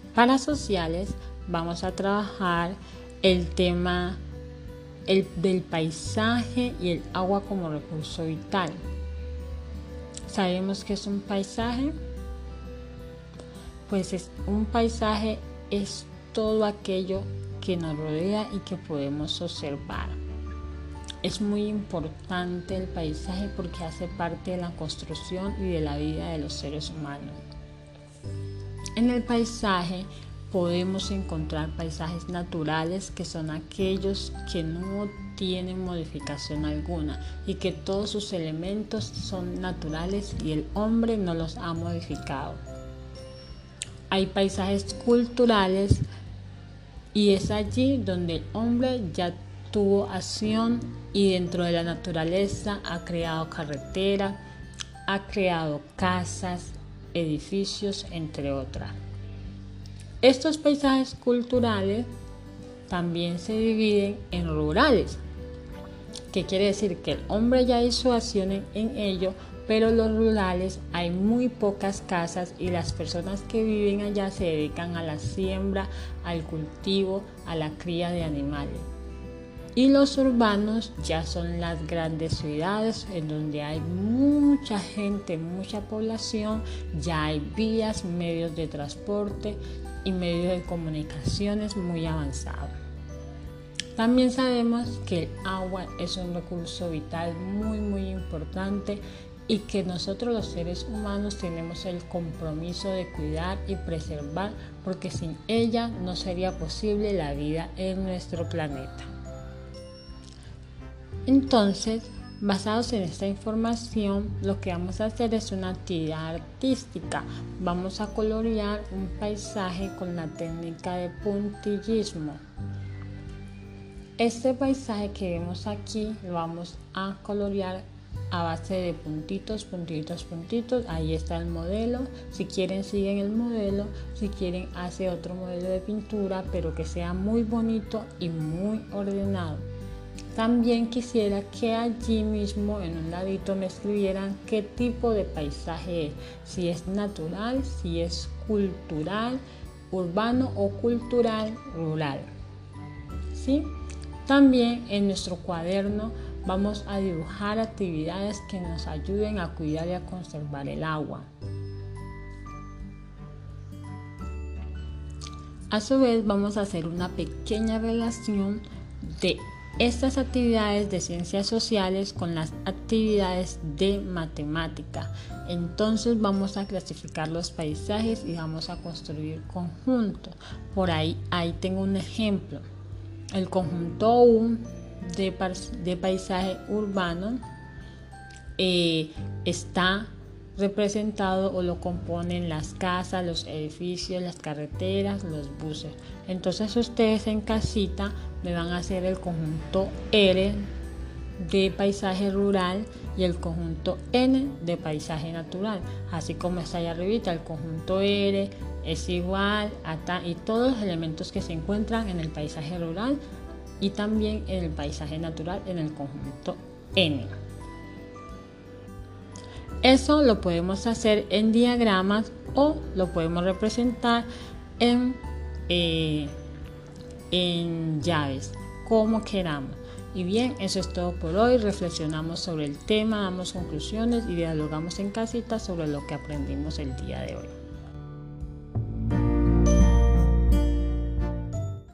Para sociales vamos a trabajar el tema del paisaje y el agua como recurso vital. ¿Sabemos qué es un paisaje? Pues un paisaje es todo aquello que nos rodea y que podemos observar. Es muy importante el paisaje porque hace parte de la construcción y de la vida de los seres humanos. En el paisaje podemos encontrar paisajes naturales, que son aquellos que no tienen modificación alguna y que todos sus elementos son naturales y el hombre no los ha modificado. Hay paisajes culturales y es allí donde el hombre ya tuvo acción y dentro de la naturaleza ha creado carreteras, ha creado casas, edificios, entre otras. Estos paisajes culturales también se dividen en rurales, que quiere decir que el hombre ya hizo acciones en ello, pero los rurales hay muy pocas casas y las personas que viven allá se dedican a la siembra, al cultivo, a la cría de animales. Y los urbanos ya son las grandes ciudades en donde hay mucha gente, mucha población, ya hay vías, medios de transporte y medios de comunicaciones muy avanzados. También sabemos que el agua es un recurso vital muy importante y que nosotros los seres humanos tenemos el compromiso de cuidar y preservar, porque sin ella no sería posible la vida en nuestro planeta. Entonces, basados en esta información, lo que vamos a hacer es una actividad artística. Vamos a colorear un paisaje con la técnica de puntillismo. Este paisaje que vemos aquí lo vamos a colorear a base de puntitos. Ahí está el modelo. Si quieren, siguen el modelo. Si quieren, hace otro modelo de pintura, pero que sea muy bonito y muy ordenado. También quisiera que allí mismo en un ladito me escribieran qué tipo de paisaje es, si es natural, si es cultural, urbano o cultural, rural. ¿Sí? También en nuestro cuaderno vamos a dibujar actividades que nos ayuden a cuidar y a conservar el agua. A su vez vamos a hacer una pequeña relación de estas actividades de ciencias sociales con las actividades de matemática. Entonces vamos a clasificar los paisajes y vamos a construir conjuntos. Por ahí tengo un ejemplo. El conjunto 1 de paisaje urbano está representado o lo componen las casas, los edificios, las carreteras, los buses. Entonces ustedes en casita me van a hacer el conjunto R de paisaje rural y el conjunto N de paisaje natural. Así como está ahí arribita, el conjunto R es igual a y todos los elementos que se encuentran en el paisaje rural y también en el paisaje natural en el conjunto N. Eso lo podemos hacer en diagramas o lo podemos representar en llaves, como queramos. Y bien, eso es todo por hoy. Reflexionamos sobre el tema, damos conclusiones y dialogamos en casita sobre lo que aprendimos el día de hoy.